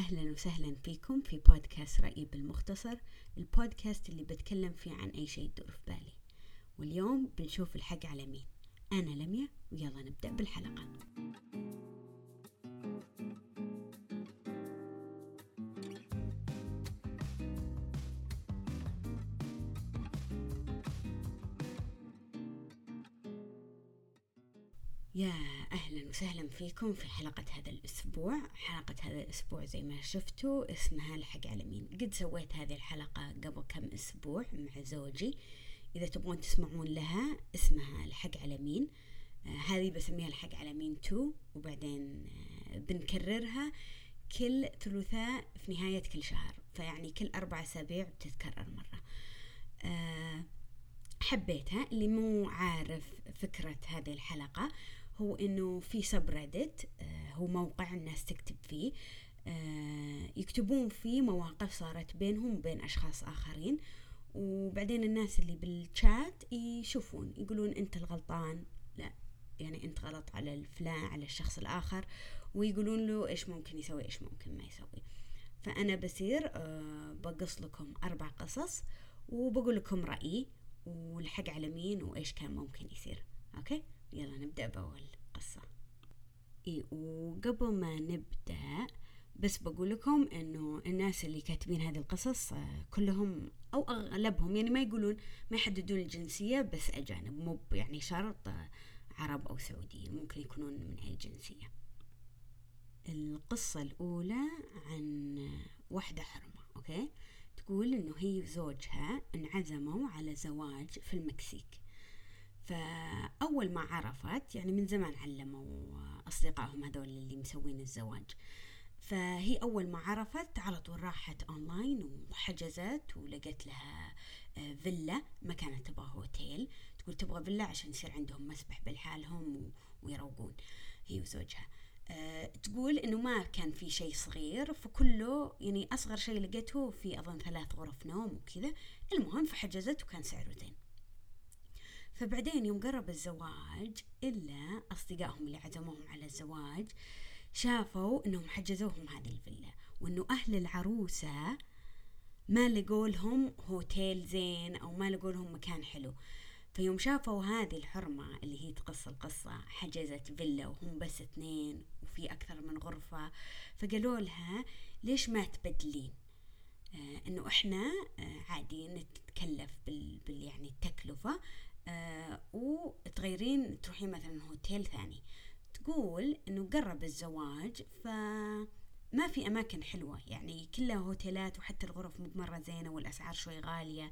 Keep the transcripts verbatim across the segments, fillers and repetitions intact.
أهلا وسهلا فيكم في بودكاست رأيي بالمختصر، البودكاست اللي بتكلم فيه عن أي شيء يدور في بالي. واليوم بنشوف الحق على مين. أنا لميا، ويلا نبدأ بالحلقة. يا أهلا وسهلا فيكم في حلقة هذا الأسبوع. حلقة هذا الأسبوع زي ما شفتوا اسمها الحق على مين. قد سويت هذه الحلقة قبل كم أسبوع مع زوجي، إذا تبغون تسمعون لها اسمها الحق على مين. آه هذه بسميها الحق على مين تو، وبعدين آه بنكررها كل ثلاثاء في نهاية كل شهر، فيعني كل أربع أسابيع بتتكرر مرة. آه حبيتها. اللي مو عارف فكرة هذه الحلقة هو إنه في سبريدت، آه هو موقع الناس تكتب فيه، آه يكتبون فيه مواقف صارت بينهم وبين أشخاص آخرين، وبعدين الناس اللي بالشات يشوفون يقولون أنت الغلطان، لا يعني أنت غلط على الفلان على الشخص الآخر، ويقولون له إيش ممكن يسوي إيش ممكن ما يسوي. فأنا بصير آه بقص لكم أربع قصص وبقول لكم رأيي والحق على مين وإيش كان ممكن يصير. أوكي، يلا نبدأ بأول قصة. إيه، وقبل ما نبدأ بس بقول لكم إنه الناس اللي كاتبين هذه القصص كلهم أو أغلبهم يعني ما يقولون، ما يحددون الجنسية، بس أجانب، مو يعني شرط عرب أو سعوديين، ممكن يكونون من أي جنسية. القصة الأولى عن واحدة حرمة. أوكي، تقول إنه هي وزوجها انعزموا على زواج في المكسيك. فأول ما عرفت، يعني من زمان علموا أصدقائهم هذول اللي مسوين الزواج، فهي أول ما عرفت على طول راحت أونلاين وحجزت ولقت لها فيلا، ما كانت تبغى هوتيل، تقول تبغى فيلا عشان يصير عندهم مسبح بالحالهم ويروقون هي وزوجها. أه تقول إنه ما كان في شيء صغير، فكله يعني أصغر شيء لقيته في أظن ثلاث غرف نوم وكذا. المهم فحجزت وكان سعره زين. فبعدين يوم قرب الزواج، إلا أصدقائهم اللي عزموهم على الزواج شافوا إنهم حجزوهم هذه الفيلا، وإنه أهل العروسة ما لقوا لهم هوتيل زين أو ما لقوا لهم مكان حلو. فيوم شافوا هذه الحرمة اللي هي تقص القصة حجزت فيلا وهم بس اثنين وفي أكثر من غرفة، فقالوا لها ليش ما تبدلين؟ آه إنه إحنا آه عادي نتكلف بال, بال يعني التكلفة، آه وتغيرين تروحين مثلا هوتيل ثاني. تقول إنه قرب الزواج فما في أماكن حلوة، يعني كلها هوتيلات وحتى الغرف مو مرة زينة والأسعار شوي غالية.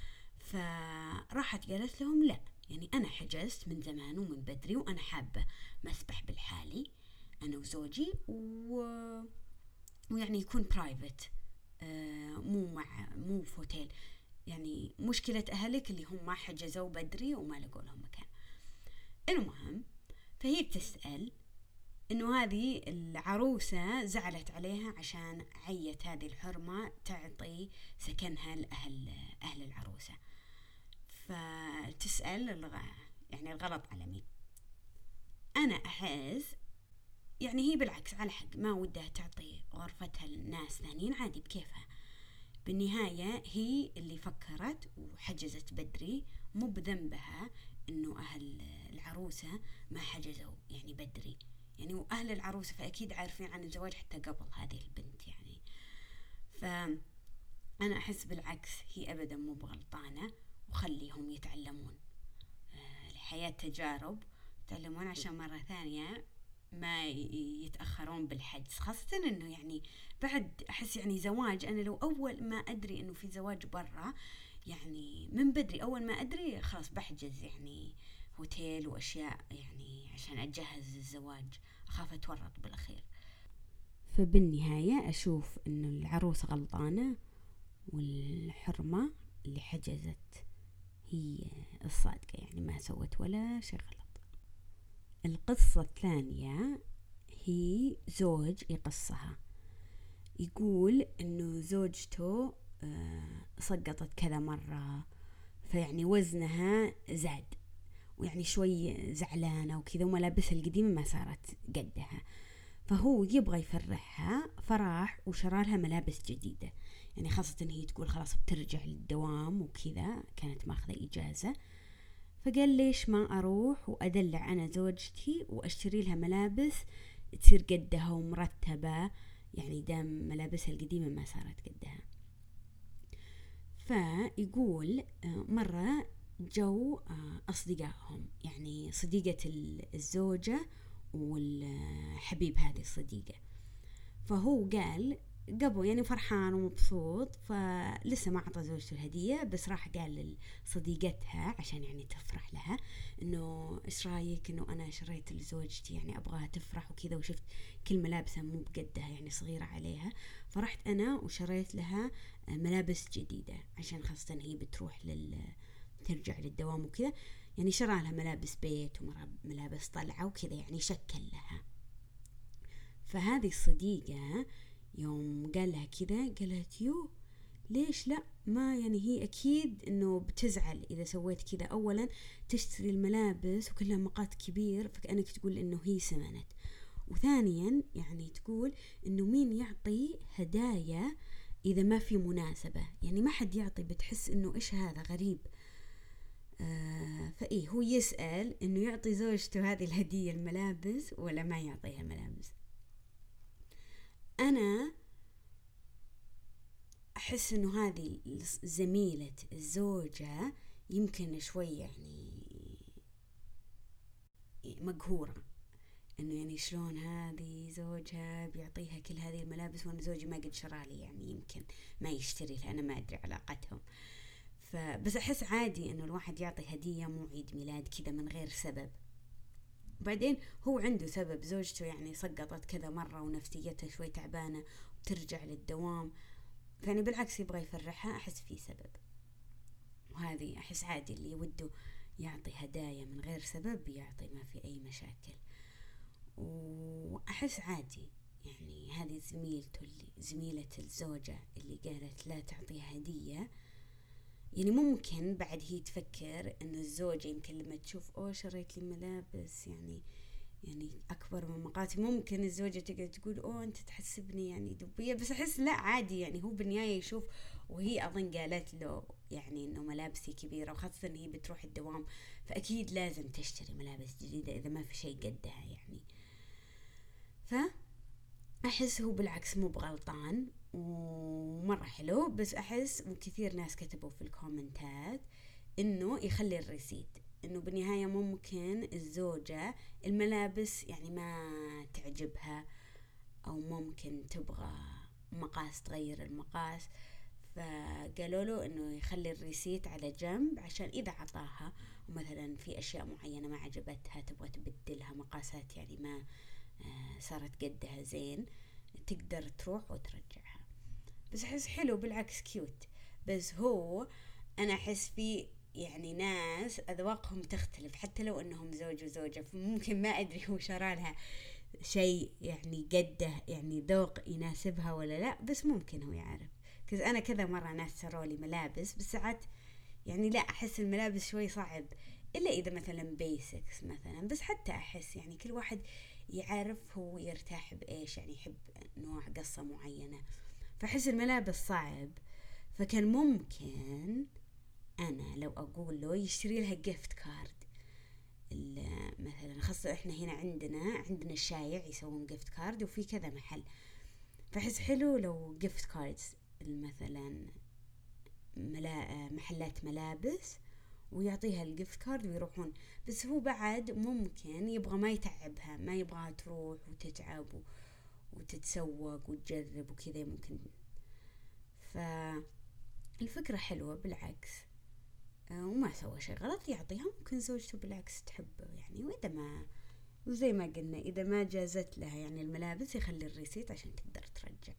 فراحت قالت لهم لا، يعني أنا حجزت من زمان ومن بدري وأنا حابة مسبح بالحالي أنا وزوجي و... ويعني يكون برايفت، آه مو مع مو في هوتيل. يعني مشكلة أهلك اللي هم ما حجزوا بدري وما لقوا لهم مكان. المهم فهي بتسأل إنه هذه العروسة زعلت عليها عشان عيت هذه الحرمة تعطي سكنها لأهل أهل العروسة. فتسأل الغ... يعني الغلط على مين؟ أنا أحس يعني هي بالعكس على حق، ما ودها تعطي غرفتها لناس ثانيين، عادي بكيفها. بالنهاية هي اللي فكرت وحجزت بدري، مو بذنبها إنه أهل العروسة ما حجزوا يعني بدري، يعني وأهل العروسة فأكيد عارفين عن الزواج حتى قبل هذه البنت يعني. فأنا أحس بالعكس هي أبدا مو بغلطانة، وخليهم يتعلمون. آه الحياة تجارب، يتعلمون عشان مرة ثانية ما يتأخرون بالحجز، خاصة إنه يعني بعد أحس يعني زواج، أنا لو أول ما أدري إنه في زواج برا يعني من بدري، أول ما أدري خلاص بحجز يعني هوتيل وأشياء يعني عشان أتجهز الزواج، أخاف أتورط بالأخير. فبالنهاية أشوف إنه العروس غلطانة والحرمة اللي حجزت هي الصادقة، يعني ما سوت ولا شيء غلط. القصة الثانية هي زوج يقصها. يقول إنه زوجته سقطت كذا مرة، فيعني وزنها زاد ويعني شوي زعلانة وكذا، وملابسها القديمة ما صارت قدها. فهو يبغى يفرحها، فراح وشرى لها ملابس جديدة، يعني خاصة إن هي تقول خلاص بترجع للدوام وكذا، كانت ماخذة إجازة. فقال ليش ما أروح وأدلع أنا زوجتي وأشتري لها ملابس تصير قدها ومرتبة، يعني دام ملابسها القديمة ما صارت قدها. فيقول مرة جو أصدقائهم، يعني صديقة الزوجة والحبيب هذه الصديقة، فهو قال قبل يعني فرحان ومبسوط، فلسه ما عطى زوجته الهدية، بس راح قال لصديقتها عشان يعني تفرح لها انه ايش رايك انه انا شريت لزوجتي، يعني ابغاها تفرح وكذا، وشفت كل ملابسها مو بقدها يعني صغيرة عليها، فرحت انا وشريت لها ملابس جديدة عشان خاصة هي بتروح لل ترجع للدوام وكذا، يعني شرى لها ملابس بيت وملابس طلعة وكذا، يعني شكل لها. فهذه الصديقة يوم قال لها كذا قالت يو ليش لا، ما يعني هي أكيد إنه بتزعل إذا سويت كذا، أولا تشتري الملابس وكلها مقاس كبير فكأنك تقول إنه هي سمنت، وثانيا يعني تقول إنه مين يعطي هدايا إذا ما في مناسبة، يعني ما حد يعطي، بتحس إنه إيش هذا غريب. آه فإيه هو يسأل إنه يعطي زوجته هذه الهدية الملابس ولا ما يعطيها الملابس. أنا أحس إنه هذه زميلة الزوجة يمكن شوي يعني مقهورة، إنه يعني شلون هذه زوجها بيعطيها كل هذه الملابس وأنا زوجي ما قد شرالي، يعني يمكن ما يشتري لها، أنا ما أدري علاقتهم. فبس أحس عادي إنه الواحد يعطي هدية مو عيد ميلاد كذا من غير سبب. بعدين هو عنده سبب، زوجته يعني سقطت كذا مرة ونفسيتها شوي تعبانة وترجع للدوام، يعني بالعكس يبغى يفرحها، أحس في سبب. وهذه أحس عادي اللي وده يعطي هدايا من غير سبب يعطي، ما في أي مشاكل. وأحس عادي يعني هذه زميلته اللي زميلة الزوجة اللي قالت لا تعطيها هدية، يعني ممكن بعد هي تفكر إنه الزوجة يمكن لما تشوف أوه شريت لي ملابس يعني يعني أكبر من مقاسي، ممكن الزوجة تقدر تقول أوه أنت تحسبني يعني دبية، بس أحس لا عادي، يعني هو بالنهاية يشوف، وهي أظن قالت له يعني إنه ملابسي كبيرة، وخاصة إن هي بتروح الدوام فأكيد لازم تشتري ملابس جديدة إذا ما في شيء قدها يعني. فأحس هو بالعكس مو بغلطان ومرة حلو، بس أحس وكثير ناس كتبوا في الكومنتات إنه يخلي الريسيت، إنه بالنهاية ممكن الزوجة الملابس يعني ما تعجبها، أو ممكن تبغى مقاس تغير المقاس، فقالوا له إنه يخلي الريسيت على جنب عشان إذا عطاها ومثلا في أشياء معينة ما عجبتها تبغى تبدلها مقاسات يعني ما صارت قدها زين، تقدر تروح وترجعها. بس أحس حلو بالعكس كيوت. بس هو أنا أحس في يعني ناس أذواقهم تختلف حتى لو أنهم زوج وزوجة، فممكن ما أدري هو شرى لها شيء يعني قده يعني ذوق يناسبها ولا لا، بس ممكن هو يعرف. كز أنا كذا مرة ناس شروا لي ملابس، بس ساعات يعني لا أحس الملابس شوي صعب إلا إذا مثلا بيسكس مثلا، بس حتى أحس يعني كل واحد يعرف هو يرتاح بإيش، يعني يحب نوع قصة معينة، فأحس الملابس صعب. فكان ممكن أنا لو أقول له يشتري لها جيفت كارد، مثلا خاصة إحنا هنا عندنا عندنا الشايع يسوون جيفت كارد وفي كذا محل، فأحس حلو لو جيفت كاردز مثلا ملا محلات ملابس ويعطيها الجيفت كارد ويروحون. بس هو بعد ممكن يبغى ما يتعبها، ما يبغاها تروح وتتعب وتتسوق وتجرب وكذا ممكن. فالفكرة حلوة بالعكس، وما سوى شيء غلط يعطيها، ممكن زوجته بالعكس تحبه يعني. وإذا ما وزي ما قلنا إذا ما جازت لها يعني الملابس يخلي الريسيت عشان تقدر ترجع.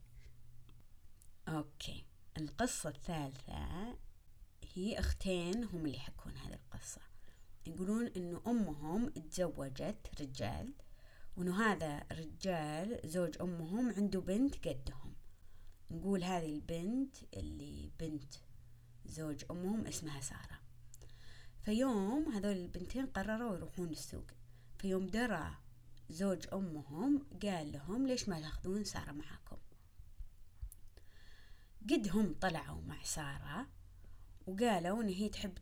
أوكي، القصة الثالثة هي أختين هم اللي يحكون هذه القصة. يقولون إنه أمهم تزوجت رجال، وإنه هذا الرجال زوج أمهم عنده بنت قدهم. نقول هذه البنت اللي بنت زوج أمهم اسمها سارة. فيوم هذول البنتين قرروا يروحون السوق، فيوم درى زوج أمهم قال لهم ليش ما تاخذون سارة معاكم. قد هم طلعوا مع سارة وقالوا إن هي تحب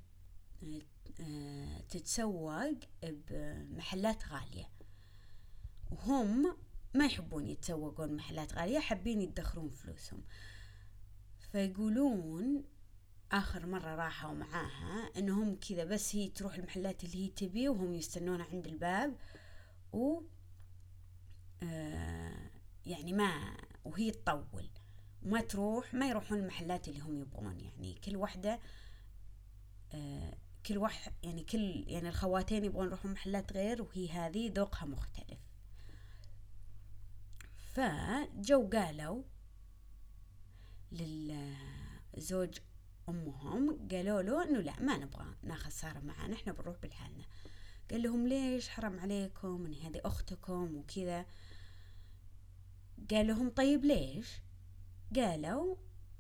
تتسوق بمحلات غالية، وهم ما يحبون يتسوقون محلات غالية، حابين يدخرون فلوسهم. فيقولون آخر مرة راحوا معاها إنهم كذا بس هي تروح المحلات اللي هي تبي وهم يستنونها عند الباب، و آه يعني ما وهي تطول وما تروح، ما يروحون المحلات اللي هم يبغون. يعني كل واحدة آه كل واحد يعني كل يعني الخواتين يبغون يروحون محلات غير، وهي هذه ذوقها مختلف. فجو قالوا للزوج أمهم، قالوا له إنه لا ما نبغى ناخذ سارة معنا، إحنا بنروح بالحالنا. قال لهم ليش؟ حرام عليكم، إن هذه أختكم وكذا. قال لهم طيب ليش؟ قالوا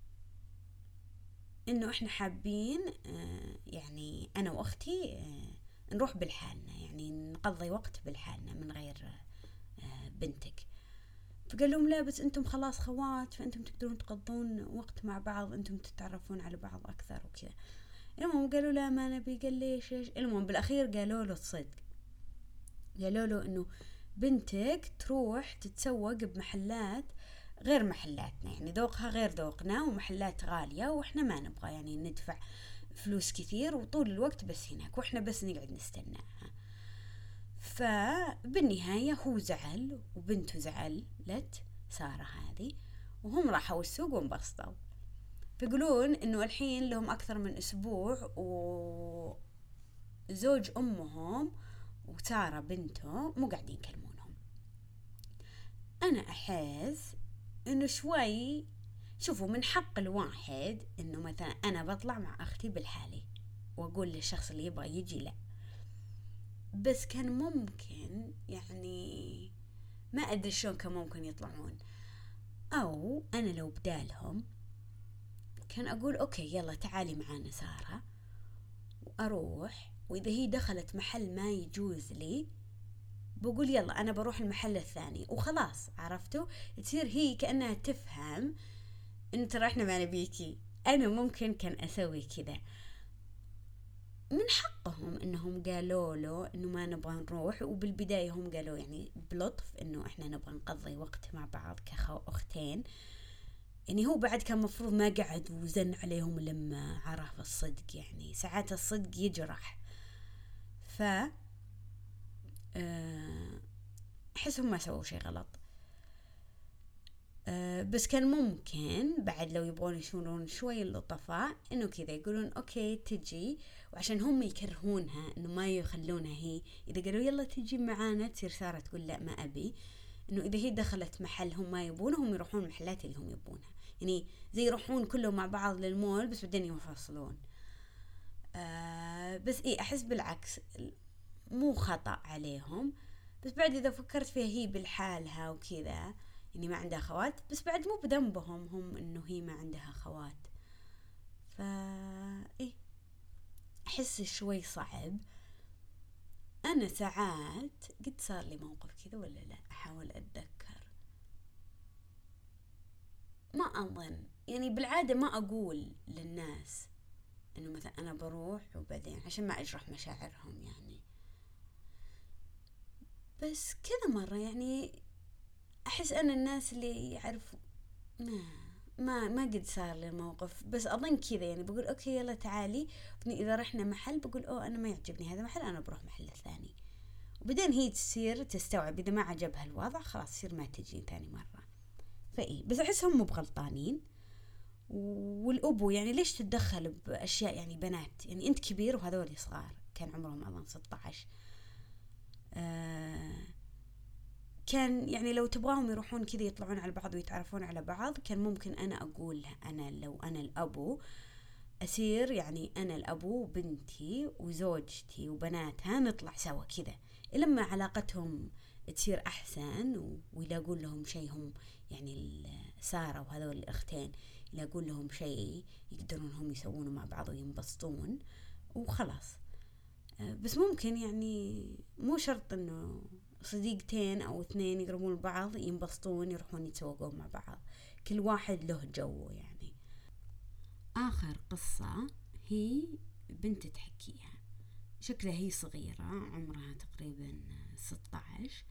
إنه إحنا حابين آه يعني أنا وأختي آه نروح بالحالنا، يعني نقضي وقت بالحالنا من غير آه بنتك. فقال لهم لا بس أنتم خلاص خوات، فأنتم تقدرون تقضون وقت مع بعض، أنتم تتعرفون على بعض أكثر وكذا. المهم قالوا لا ما نبي. قال ليش؟ المهم بالأخير قالوا له الصدق، قالوا له إنه بنتك تروح تتسوق بمحلات غير محلاتنا، يعني ذوقها غير ذوقنا ومحلات غالية، وإحنا ما نبغى يعني ندفع فلوس كثير وطول الوقت بس هناك، وإحنا بس نقعد نستناها. فبالنهاية هو زعل وبنته زعلت سارة هذه، وهم راحوا السوق وانبسطوا. فيقولون إنه الحين لهم أكثر من أسبوع وزوج أمهم وسارة بنته مو قاعدين يكلمونهم. أنا أحس إنه شوي، شوفوا من حق الواحد إنه مثلا أنا بطلع مع أختي بالحالي وأقول للشخص اللي يبغى يجي لا، بس كان ممكن يعني ما أدري شلون كان ممكن يطلعون. أو أنا لو بدالهم كان أقول أوكي يلا تعالي معانا سارة وأروح، وإذا هي دخلت محل ما يجوز لي بقول يلا أنا بروح المحل الثاني وخلاص. عرفتوا؟ تصير هي كأنها تفهم إنه ترى إحنا ما نبيكي. أنا ممكن كان أسوي كذا. من حقهم إنهم قالوا له إنه ما نبغى نروح، وبالبداية هم قالوا يعني بلطف إنه إحنا نبغى نقضي وقت مع بعض كأختين. يعني هو بعد كان مفروض ما قعد وزن عليهم لما عرف الصدق، يعني ساعات الصدق يجرح. ف أحسهم ما سووا شيء غلط. أه بس كان ممكن بعد لو يبغون يشونون شوي اللطفاء إنه كذا يقولون أوكي تجي، وعشان هم يكرهونها إنه ما يخلونها هي، إذا قالوا يلا تجي معانا تصير سارة تقول لا ما أبي. إنه إذا هي دخلت محل هم ما يبونهم يروحون المحلات اللي هم يبونها، يعني زي يروحون كلهم مع بعض للمول بس بعدين ينفصلون. أه بس إيه أحس بالعكس مو خطأ عليهم، بس بعد إذا فكرت فيها هي بالحالها وكذا يعني ما عندها خوات، بس بعد مو بذنبهم هم إنه هي ما عندها خوات. فا إيه أحس شوي صعب. أنا ساعات قد صار لي موقف كذا ولا لا، أحاول أتذكر، ما أظن. يعني بالعادة ما أقول للناس إنه مثلا أنا بروح وبعدين عشان ما أجرح مشاعرهم يعني. بس كذا مرة يعني أحس أن الناس اللي يعرفوا ما ما ما قد صار لي موقف، بس أظن كذا يعني بقول أوكي يلا تعالي. إذا رحنا محل بقول أوه أنا ما يعجبني هذا محل، أنا بروح محل الثاني. وبعدين هي تصير تستوعب، إذا ما عجبها الوضع خلاص تصير ما تجي ثاني مرة. فإيه بس أحسهم مو بغلطانين. والأبو يعني ليش تتدخل بأشياء يعني بنات، يعني أنت كبير وهذول صغار، كان عمرهم أظن ستة عشر. آه كان يعني لو تبغاهم يروحون كذا يطلعون على بعض ويتعرفون على بعض، كان ممكن أنا أقول أنا لو أنا الأبو أسير يعني أنا الأبو وبنتي وزوجتي وبناتها نطلع سوا كذا، لما علاقتهم تصير أحسن ويلاقون لهم شيء هم يعني سارة وهذول الأختين يلاقون لهم شيء يقدرون هم يسوونه مع بعض وينبسطون وخلاص. بس ممكن يعني مو شرط إنه صديقتين أو اثنين يقربون لبعض ينبسطون يروحون يتسوقون مع بعض، كل واحد له جو يعني. آخر قصة هي بنت تحكيها، شكلها هي صغيرة عمرها تقريبا ستة عشر.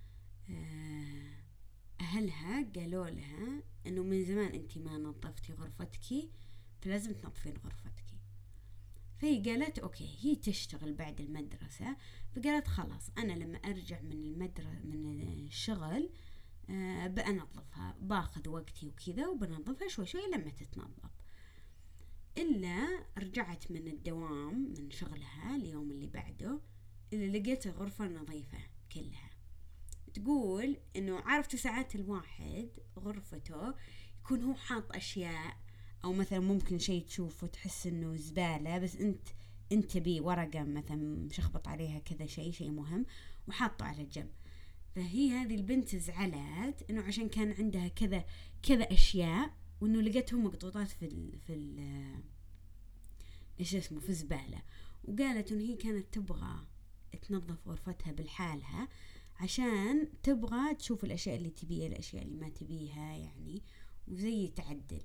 أهلها قالوا لها إنه من زمان أنتي ما نظفتي غرفتك فلازم تنظفين غرفتك. فهي قالت أوكي، هي تشتغل بعد المدرسة، فقالت خلاص أنا لما أرجع من المدرسة من الشغل أه بأنظفها، باخذ وقتي وكذا وبنظفها شوي شوي لما تتنظف. إلا رجعت من الدوام من شغلها اليوم اللي بعده، اللي لقيت الغرفة نظيفة كلها. تقول إنه عرفتوا ساعات الواحد غرفته يكون هو حاط أشياء، أو مثلا ممكن شيء تشوفه تحس إنه زبالة بس أنت أنت بيه ورقة مثلا مشخبط عليها كذا شيء شيء مهم وحاطه على جنب. فهي هذه البنت زعلت إنه عشان كان عندها كذا كذا أشياء وإنه لقيتهم مقطوطات في ال في ال إيش اسمه في زبالة، وقالت إنه هي كانت تبغى تنظف غرفتها بالحالها عشان تبغى تشوف الأشياء اللي تبيها الأشياء اللي ما تبيها يعني، وزي تعدل.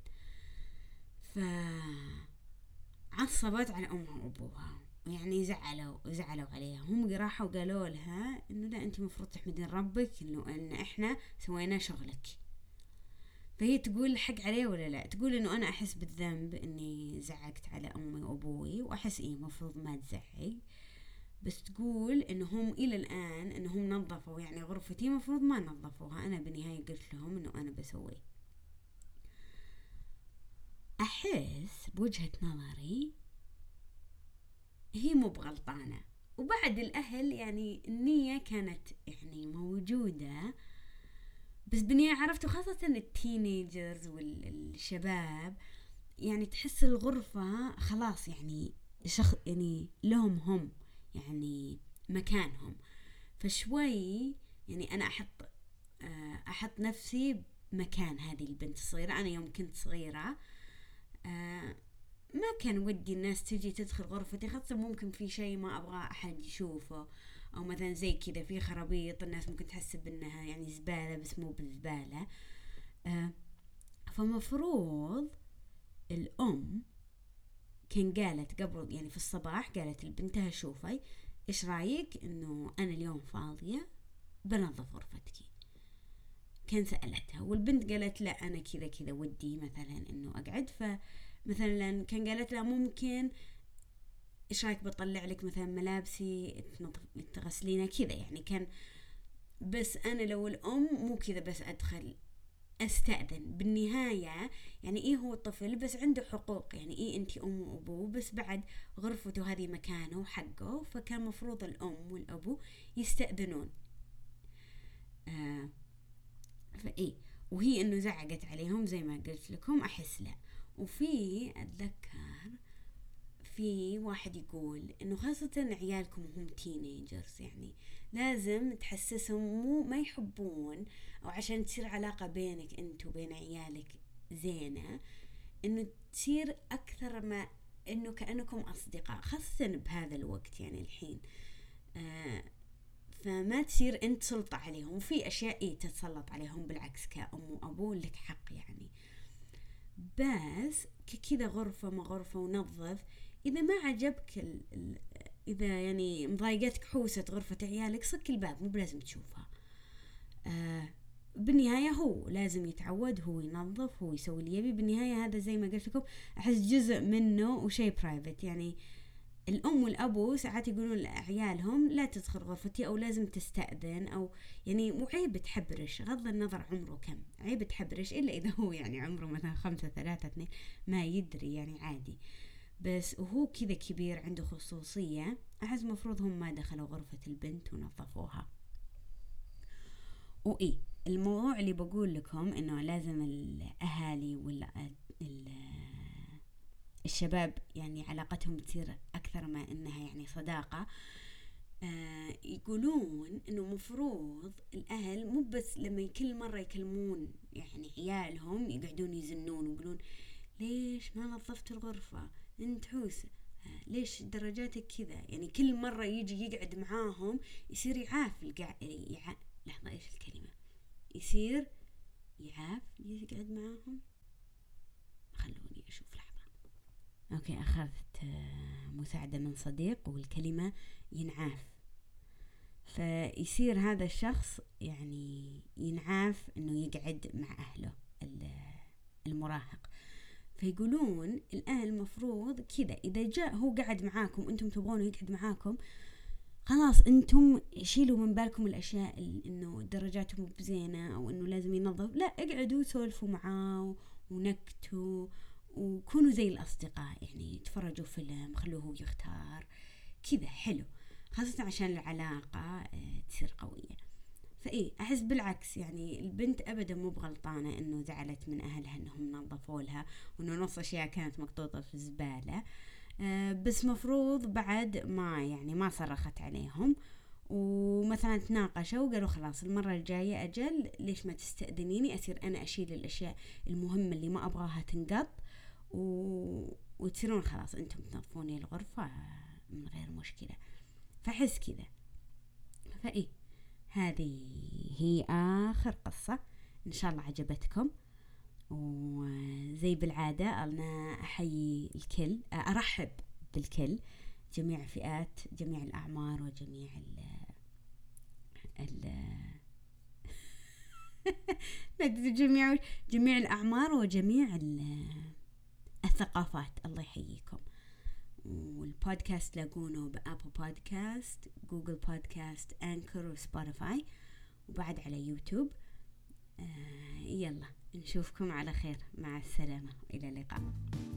فعصبت على أمها وأبوها يعني، زعلوا زعلوا عليها. هم راحوا وقالوا لها إنه لا أنت مفروض تحمدين ربك إنه إن إحنا سوينا شغلك. فهي تقول حق عليه ولا لا؟ تقول إنه أنا أحس بالذنب إني زعقت على أمي وأبوي، وأحس إيه مفروض ما تزعق، بس تقول إنهم إلى الآن إنهم نظفوا يعني غرفتي مفروض ما نظفوها. أنا بالنهاية قلت لهم إنه أنا بسوي. أحس بوجهة نظري هي مو بغلطانة، وبعد الأهل يعني النية كانت يعني موجودة، بس بالنهاية عرفتوا خاصة التينيجرز والشباب يعني تحس الغرفة خلاص يعني شخ يعني لهم هم يعني مكانهم. فشوي يعني أنا أحط أحط نفسي مكان هذه البنت الصغيرة. أنا يوم كنت صغيرة ما كان ودي الناس تجي تدخل غرفتي، خاصة ممكن في شيء ما أبغى أحد يشوفه، أو مثلا زي كذا في خرابيط الناس ممكن تحسب إنها يعني زبالة بس مو بالزبالة. فمفروض الأم كان قالت قبل يعني في الصباح قالت لبنتها شوفي إيش رأيك إنه أنا اليوم فاضية بنظف غرفتك. كان سألتها والبنت قالت لا أنا كذا كذا ودي مثلا إنه أقعد. فمثلا كان قالت لا ممكن إيش رأيك بطلع لك مثلا ملابسي تغسلينها كذا يعني. كان بس أنا لو الأم مو كذا بس أدخل أستأذن بالنهاية يعني إيه هو الطفل بس عنده حقوق يعني إيه أنتي أم وأبوه، بس بعد غرفته هذه مكانه وحقه، فكان مفروض الأم والأبو يستأذنون. آه فإيه وهي إنه زعقت عليهم زي ما قلت لكم أحس لا. وفي أتذكر في واحد يقول إنه خاصة عيالكم هم تينيجرز يعني لازم تحسسهم مو ما يحبون، أو عشان تصير علاقة بينك أنت وبين عيالك زينة، إنه تصير أكثر ما إنه كأنكم أصدقاء، خاصة بهذا الوقت يعني الحين. آه فما تصير أنت سلطة عليهم، وفي أشياء إيه تتسلط عليهم بالعكس كأم وأبو لك حق يعني. بس كذا غرفة ما غرفة ونظف. إذا ما عجبك ال ال إذا يعني مضايقتك حوسة غرفة عيالك صك الباب، مو بلازم تشوفها. آه بالنهاية هو لازم يتعود، هو ينظف، هو يسوي اللي يبي. بالنهاية هذا زي ما قلت لكم أحس جزء منه وشيء برايفت يعني. الأم والأبو ساعات يقولون لعيالهم لا تدخل غرفتي أو لازم تستأذن، أو يعني مو عيب تحبرش غض النظر عمره كم، عيب تحبرش إلا إذا هو يعني عمره مثلا خمسة ثلاثة اثنين ما يدري يعني عادي. بس وهو كذا كبير عنده خصوصية، أحس مفروض هم ما دخلوا غرفة البنت ونظفوها. وإيه الموضوع اللي بقول لكم إنه لازم الأهالي ولا الشباب يعني علاقتهم تصير أكثر ما إنها يعني صداقة. آه يقولون إنه مفروض الأهل مو بس لما كل مرة يكلمون يعني عيالهم يقعدون يزنون ويقولون ليش ما نظفت الغرفة انت حوسة، ليش درجاتك كذا؟ يعني كل مرة يجي يقعد معاهم يصير يعاف القع... يع... لحظة إيش الكلمة؟ يصير يعاف يقعد معاهم. خلوني أشوف لحظة. أوكي، أخذت مساعدة من صديق، والكلمة ينعاف. فيصير هذا الشخص يعني ينعاف إنه يقعد مع أهله المراهق. فيقولون الآن المفروض كذا، إذا جاء هو قعد معاكم وأنتم تبغونه يقعد معاكم، خلاص أنتم شيلوا من بالكم الأشياء إنه درجاته مو بزينة أو إنه لازم ينظف. لا، اقعدوا سولفوا معاه ونكتوا وكونوا زي الأصدقاء، يعني تفرجوا فيلم، خلوه يختار كذا. حلو، خاصة عشان العلاقة تصير قوية. فإيه، أحس بالعكس، يعني البنت أبدا مو بغلطانة إنه زعلت من أهلها إنهم نظفوا لها، وإنه نص أشياء كانت مقطوطة في الزبالة. أه بس مفروض بعد ما يعني ما صرخت عليهم، ومثلا تناقشوا وقالوا خلاص المرة الجاية أجل، ليش ما تستأذنيني أصير أنا أشيل الأشياء المهمة اللي ما أبغاها تنقض، و... وتصيرون خلاص أنتم تنظفوني الغرفة من غير مشكلة. فحس كذا. فإيه، هذه هي آخر قصة، إن شاء الله عجبتكم. وزي بالعادة أنا أحيي الكل، أرحب بالكل، جميع فئات، جميع الأعمار، وجميع ال ال جميع جميع الأعمار وجميع الثقافات. الله يحييكم. والبودكاست لاقونه بأبل بودكاست، جوجل بودكاست، أنكر، وسبوتيفاي، وبعد على يوتيوب. آه يلا نشوفكم على خير، مع السلامة، إلى اللقاء.